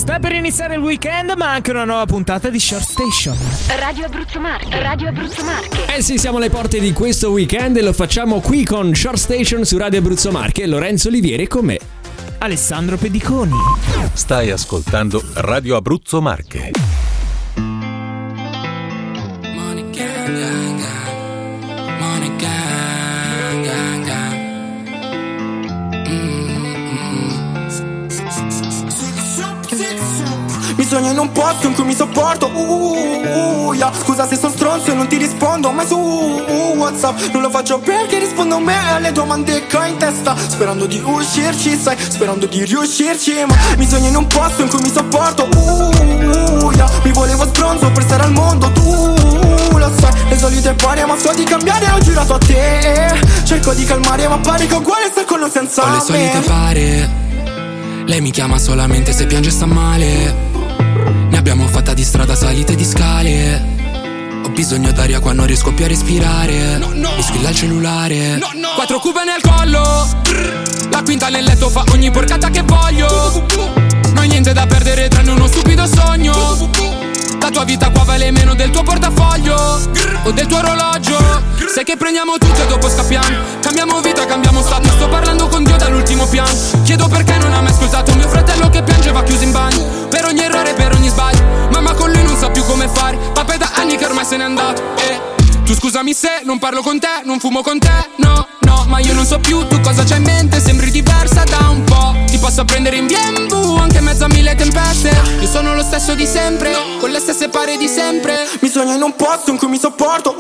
Sta per iniziare il weekend, ma anche una nuova puntata di Short Station. Radio Abruzzo Marche. Eh sì, siamo alle porte di questo weekend e lo facciamo qui con Short Station su Radio Abruzzo Marche. Lorenzo Olivieri con me, Alessandro Pediconi. Stai ascoltando Radio Abruzzo Marche. Mi sogno in un posto in cui mi sopporto, yeah. Scusa se sono stronzo e non ti rispondo mai su WhatsApp. Non lo faccio perché rispondo a me alle domande che ho in testa, sperando di uscirci, sai, sperando di riuscirci. Ma mi sogno in un posto in cui mi sopporto, yeah. Mi volevo sbronzo per stare al mondo, tu lo sai. Le solite pare ma so di cambiare, ho girato a te. Cerco di calmare ma pare che è uguale star con o senza me. Ho le solite pare, lei mi chiama solamente se piange e sta male. Ne abbiamo fatta di strada, salite di scale. Ho bisogno d'aria qua, non riesco più a respirare. Mi squilla il cellulare. 4 cube nel collo, la quinta nel letto fa ogni porcata che voglio. Non ho niente da perdere tranne uno stupido sogno. La tua vita qua vale meno del tuo portafoglio o del tuo orologio. Sai che prendiamo tutto e dopo scappiamo. Cambiamo vita, cambiamo stato. Sto parlando con Dio dall'ultimo piano. Chiedo perché non ha mai ascoltato mio fratello che piangeva chiuso in bagno. Per ogni errore, per ogni sbaglio. Mamma con lui non sa più come fare. Papà da anni che ormai se n'è andato. Tu scusami se non parlo con te, non fumo con te, no, ma io non so più tu cosa c'hai in mente. Sembri diversa da un po'. Ti posso prendere in BMW anche in mezzo a mille tempeste. Io sono lo stesso di sempre, con le stesse pare di sempre. Mi sogno in un posto in cui mi sopporto,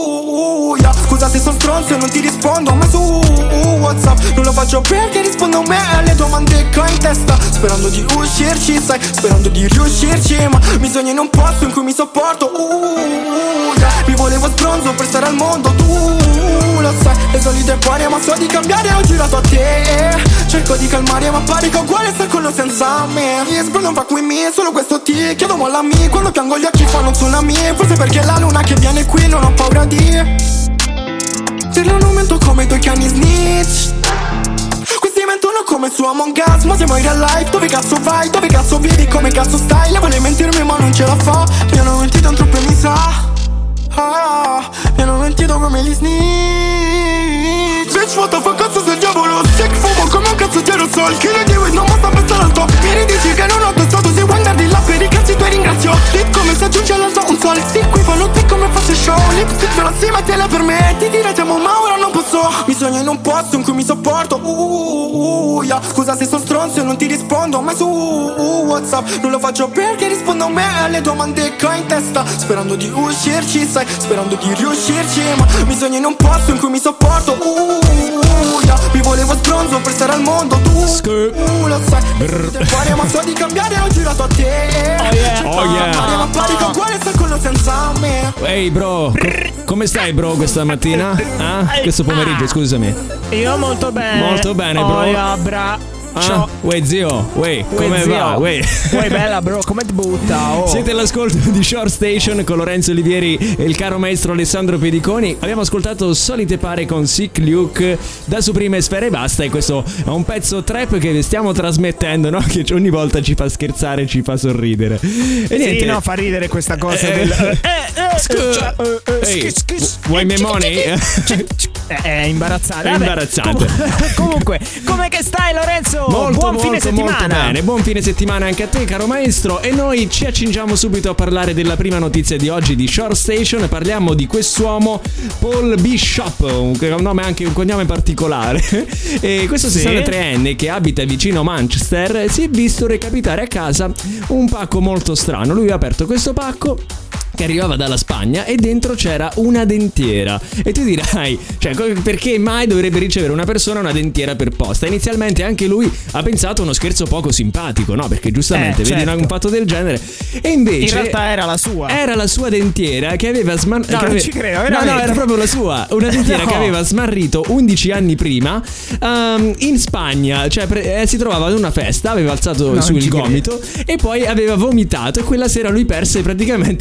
yeah. Scusa se sono stronzo e non ti rispondo mai su WhatsApp. Non lo faccio perché rispondo a me alle domande che ho in testa, sperando di uscirci, sai, sperando di riuscirci. Ma mi sogno in un posto in cui mi sopporto, yeah. Mi volevo sbronzo per stare al mondo, tu lo sai. Le solite pare ma so di cambiare, ho girato a te. Cerco di calmare ma pare che è uguale star con o senza me. Sbro non va qui me, solo questo ti chiedo mollami. Quando piango gli occhi fanno un tsunami. Forse perché la luna che viene qui non ho paura di dirlo un momento come i tuoi cani snitch. Questi mentono come su Among Us, ma siamo in real life. Dove cazzo vai, dove cazzo vivi, come cazzo stai? Lei vuole mentirmi ma non ce la fa. Mi hanno mentito un troppo e mi sa, mi hanno mentito come gli snitch. Bitch, what the fuck, cazzo sei il diavolo. Sick, fumo come un cazzo di aerosol. Chi ne dico, non basta pensare al top. Mi ridici che non ho testato, se vuoi andare di là per i cazzi tuoi ringrazio. Lip come se aggiunge all'alto un sol. Sì, qui fanno te come fosse show. Lipstick sulla cima, te la permetti. Ti retiamo ma ora non posso. Mi sogno in un posto in cui mi sopporto, yeah. Scusa se sono stronzo e non ti rispondo mai su WhatsApp. Non lo faccio perché rispondo a me alle domande che ho in testa, sperando di uscirci, sai, sperando di riuscirci. Ma mi sogno in un posto in cui mi sopporto, yeah. Mi volevo sbronzo per stare al mondo, tu lo sai. Pare ma so di cambiare, ho girato a te. Oh yeah. Ma pare che uguale star con o senza me. Ehi bro, come stai bro questa mattina? Questo pomeriggio, scusami. Io molto bene. Molto bene, bro. Oh yeah, bra. Ciao. Uè zio, come zio. va? Uè bella bro, come ti butta? Oh. Siete all'ascolto di Short Station con Lorenzo Olivieri e il caro maestro Alessandro Pediconi. Abbiamo ascoltato Solite Pare con Sick Luke da Supreme Sfera e Basta. E questo è un pezzo trap che stiamo trasmettendo, no? Che ogni volta ci fa scherzare, ci fa sorridere. E niente. Sì, no, fa ridere questa cosa vuoi me money? È imbarazzante. È imbarazzante. Comunque, com'è che stai Lorenzo? Buon fine settimana. Molto bene, buon fine settimana anche a te caro maestro. E noi ci accingiamo subito a parlare della prima notizia di oggi di Short Station. Parliamo di quest'uomo Paul Bishop, un nome, anche un cognome particolare. E questo 63enne che abita vicino Manchester si è visto recapitare a casa un pacco molto strano. Lui ha aperto questo pacco che arrivava dalla Spagna e dentro c'era una dentiera. E tu dirai, cioè, perché mai dovrebbe ricevere una persona una dentiera per posta? Inizialmente anche lui ha pensato uno scherzo poco simpatico, no? Perché giustamente vedi un fatto del genere. E invece in realtà era la sua. Era la sua dentiera che aveva non ci credo, veramente. No, era proprio la sua. Una dentiera che aveva smarrito 11 anni prima in Spagna. Cioè si trovava ad una festa, aveva alzato su il gomito e poi aveva vomitato. E quella sera lui perse praticamente questa dentiera.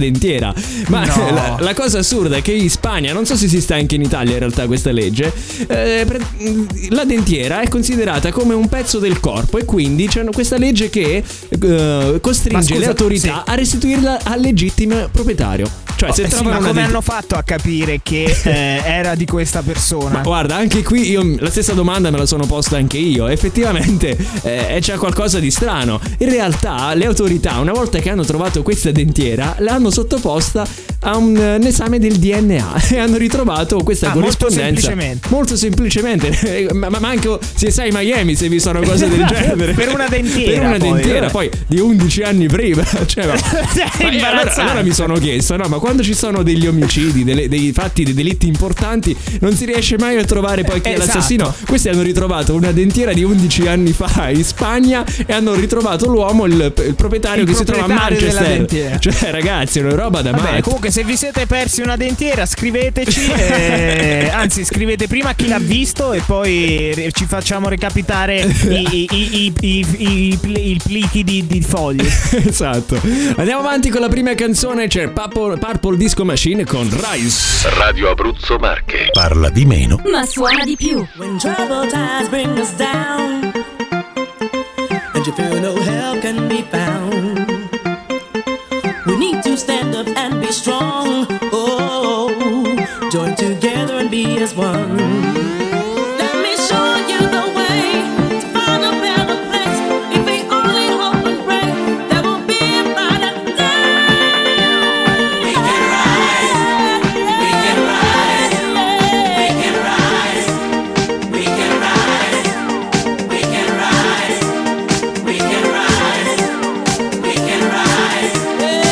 dentiera. Ma No. la cosa assurda è che in Spagna, non so se esiste anche in Italia in realtà questa legge, la dentiera è considerata come un pezzo del corpo, e quindi c'è questa legge che costringe le autorità a restituirla al legittimo proprietario. Cioè, se Sì, trovano ma una come hanno fatto a capire che era di questa persona? Ma guarda, anche qui io la stessa domanda me la sono posta anche io. Effettivamente c'è qualcosa di strano. In realtà le autorità, una volta che hanno trovato questa dentiera, l'hanno sottoposta a un esame del DNA e hanno ritrovato questa corrispondenza. Molto semplicemente. Ma manco se sei Miami se vi sono cose del genere. Per una dentiera. Per una dentiera, poi di 11 anni prima. Cioè, allora mi sono chiesto, no, ma quando ci sono degli omicidi, dei fatti, dei delitti importanti, non si riesce mai a trovare poi chi è l'assassino. Questi hanno ritrovato una dentiera di 11 anni fa in Spagna e hanno ritrovato l'uomo, il proprietario che si trova a Manchester. Cioè, ragazzi, è una roba da matti. Comunque, se vi siete persi una dentiera, scriveteci. Anzi, scrivete prima chi l'ha visto e poi ci facciamo recapitare i plichi di fogli. Esatto. Andiamo avanti con la prima canzone. C'è Purple Disco Machine con Rise. Radio Abruzzo Marche. Parla di meno, ma suona di più. When troubled times bring us down and you feel no help can be found, we need to stand up and be strong. Oh, join together and be as one. Let me show you the way to find a better place. If we only hope and pray, there will be a brighter day. We can rise, we can rise, we can rise, we can rise, we can rise, we can rise, we can rise, we can rise.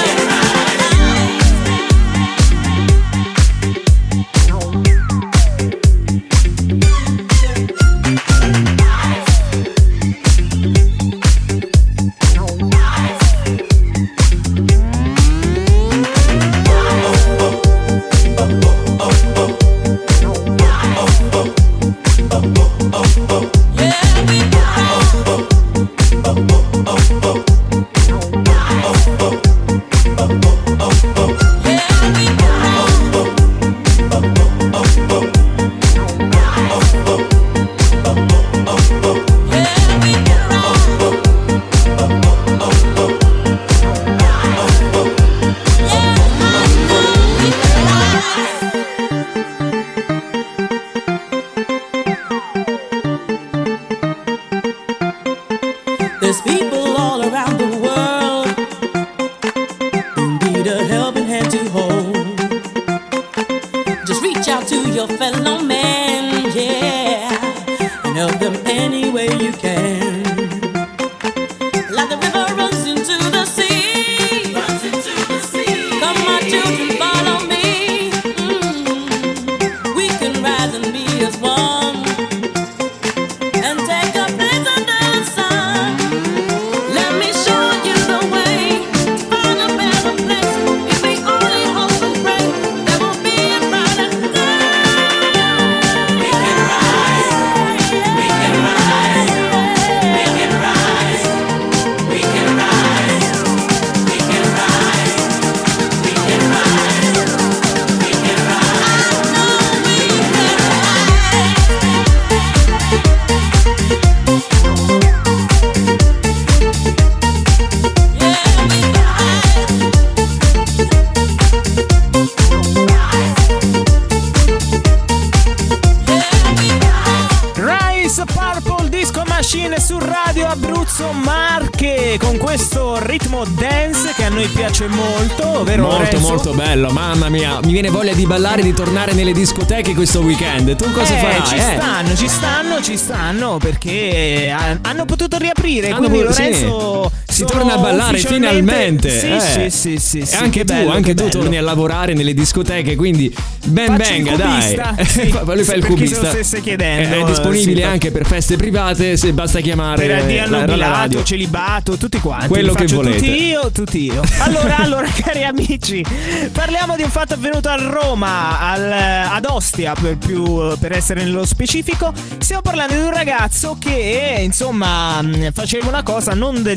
There's people all around the world who need a helping hand to hold. Just reach out to your fellow man, yeah, and help them any way you can. Like the river runs into the sea, runs into the sea. Come my children, follow me. We can rise and be as one and take a place under the sun. Let me show you the way to find a better place. If we only hope and pray, there will be a brighter day. We can rise, we can rise, we can rise, we can rise, we can rise, we can rise, we can rise. I know we can Rise, Purple Disco Machine su Radio Abruzzo Marche, con questo ritmo dance che a noi piace molto, vero Molto Lorenzo? molto bello, mamma mia. Mi viene voglia di ballare e di tornare nelle discoteche questo weekend. Tu cosa farai? Ci stanno perché hanno potuto riaprire, Hanno quindi voluto- Lorenzo si torna a ballare finalmente. Sì, E anche tu torni a lavorare nelle discoteche, quindi ben Faccio il venga, dai. cubista, sì. Lui fa il Per chi se cubista. lo stesse chiedendo, È disponibile sì, anche per feste private, se basta chiamare per addio la annubilato, radio. celibato, tutti quanti. Quello Li che faccio volete. Tutti io. Allora, cari amici, parliamo di un fatto avvenuto a Roma, ad Ostia per essere nello specifico. Stiamo parlando di un ragazzo che, insomma, faceva una cosa non del tutto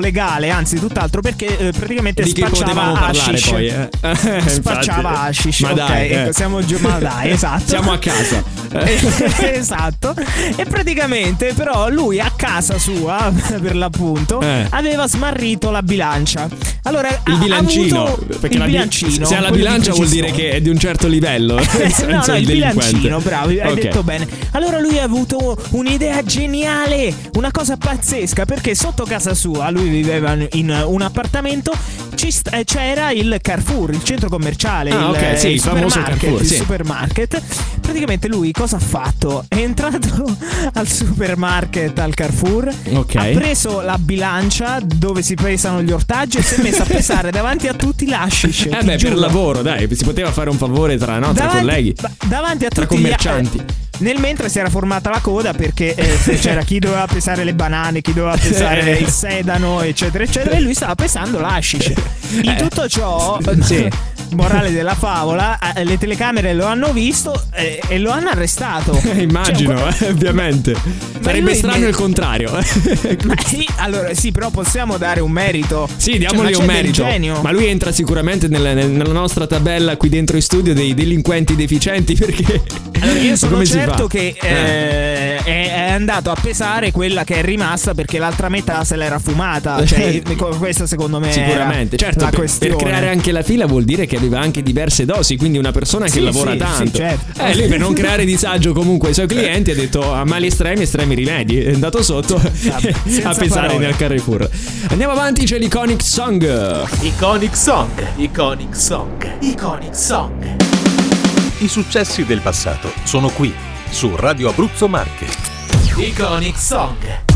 legale, anzi tutt'altro, perché praticamente di che potevamo spacciava parlare hashish. poi Spacciava hashish. Ma ok, dai, ecco, ma dai, esatto. Siamo a casa. Esatto. E praticamente però lui a casa sua, per l'appunto, aveva smarrito la bilancia. Allora il bilancino, perché il bilancino, se ha la bilancia vuol dire che è di un certo livello. No, il bilancino, bravo, hai Ok. detto bene. Allora lui ha avuto un'idea geniale, una cosa pazzesca, perché sotto casa sua, lui viveva in un appartamento, c'era il Carrefour, il centro commerciale, il famoso supermarket, Carrefour, il sì. supermarket. Praticamente lui cosa ha fatto? È entrato al supermarket, al Carrefour, Ok. ha preso la bilancia dove si pesano gli ortaggi e si è messo a pesare davanti a tutti l'hashish. Per lavoro, dai, si poteva fare un favore tra colleghi, davanti a tra tutti commercianti. nel mentre si era formata la coda, perché c'era chi doveva pesare le banane, chi doveva pesare il sedano, eccetera eccetera, e lui stava pesando l'hashish. In tutto ciò, Sì. morale della favola, le telecamere lo hanno visto e lo hanno arrestato. Immagino, Cioè, ovviamente. Sarebbe lui strano il contrario. allora sì, però possiamo dare un merito. Sì, Cioè, diamogli ma un c'è del merito. genio. Ma lui entra sicuramente nella nostra tabella qui dentro in studio dei delinquenti deficienti, perché Allora, io sono come si certo fa? che è andato a pesare quella che è rimasta, perché l'altra metà se l'era fumata. Cioè, questa secondo me Sicuramente, era certo, la per questione. creare anche la fila vuol dire che aveva anche diverse dosi, quindi una persona che Sì, lavora sì, tanto. sì, certo. Lui per non creare disagio comunque ai suoi clienti ha detto a mali estremi rimedi, è andato sotto senza a pesare parole. nel Carrefour. Andiamo avanti, c'è l'Iconic Song. Iconic Song, Iconic Song, Iconic Song. I successi del passato sono qui, su Radio Abruzzo Marche. Iconic Song.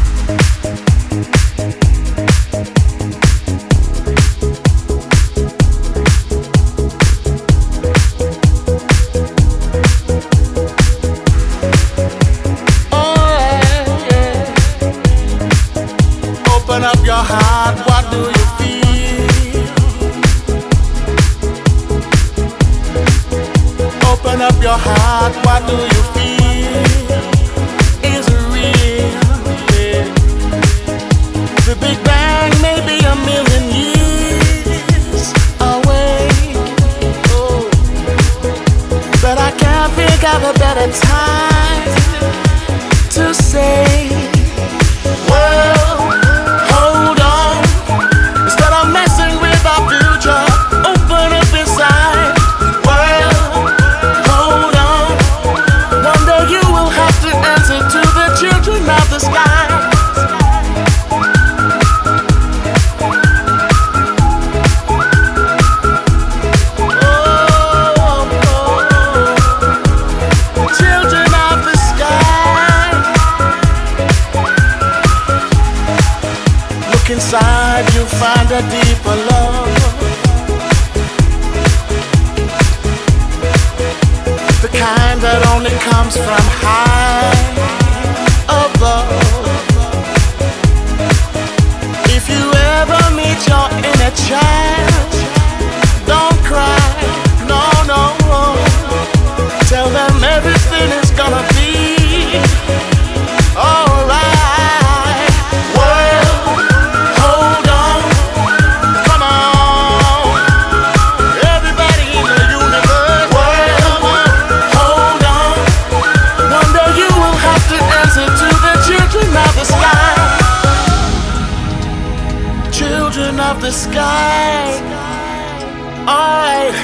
Open up your heart, what do you feel? Open up your heart, what do you feel? Is it real? Yeah. The Big Bang may be a million years away. Oh. But I can't think of a better time to say, well, hold on. Instead of messing with our future, open up inside. Well, hold on. One day you will have to answer to the children of the sky. Children of the sky. Look inside, you'll find a deeper love. The kind that only comes from high above. If you ever meet your inner child, don't cry, no, no. Tell them everything is gonna be alright. Well, hold on, come on, everybody in the universe. Well, hold on, one day you will have to answer to the children of the sky. Children of the sky. Alright,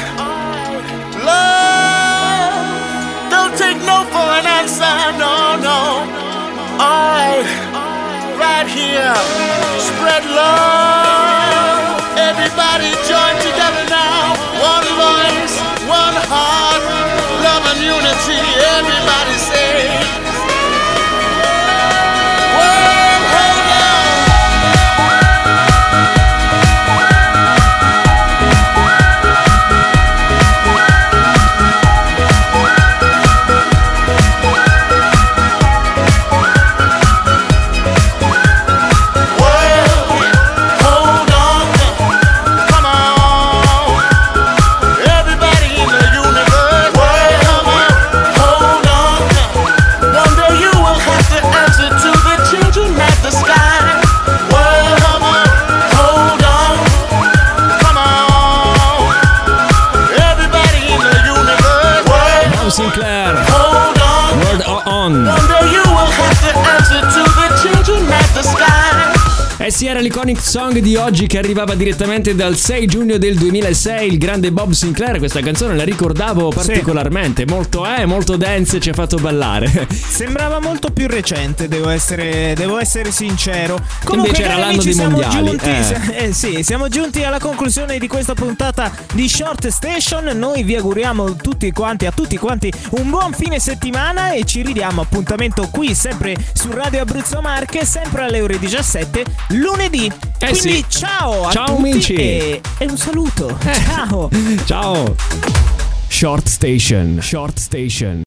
love, don't take no for an answer, no, no. Alright, right here, spread love. Everybody join together now. One voice, one heart, love and unity. Everybody say, well, hold on. Hold ragazzi, era l'Iconic Song di oggi che arrivava direttamente dal 6 giugno del 2006, il grande Bob Sinclair. Questa canzone la ricordavo particolarmente, molto dance, ci ha fatto ballare. Sembrava molto più recente, devo essere sincero. Comunque, invece era l'anno dei mondiali. Siamo giunti alla conclusione di questa puntata di Short Station. Noi vi auguriamo a tutti quanti un buon fine settimana e ci ridiamo appuntamento qui sempre su Radio Abruzzo Marche, sempre alle ore 17 lunedì. Quindi ciao a tutti amici e un saluto. Ciao. Ciao. Short Station.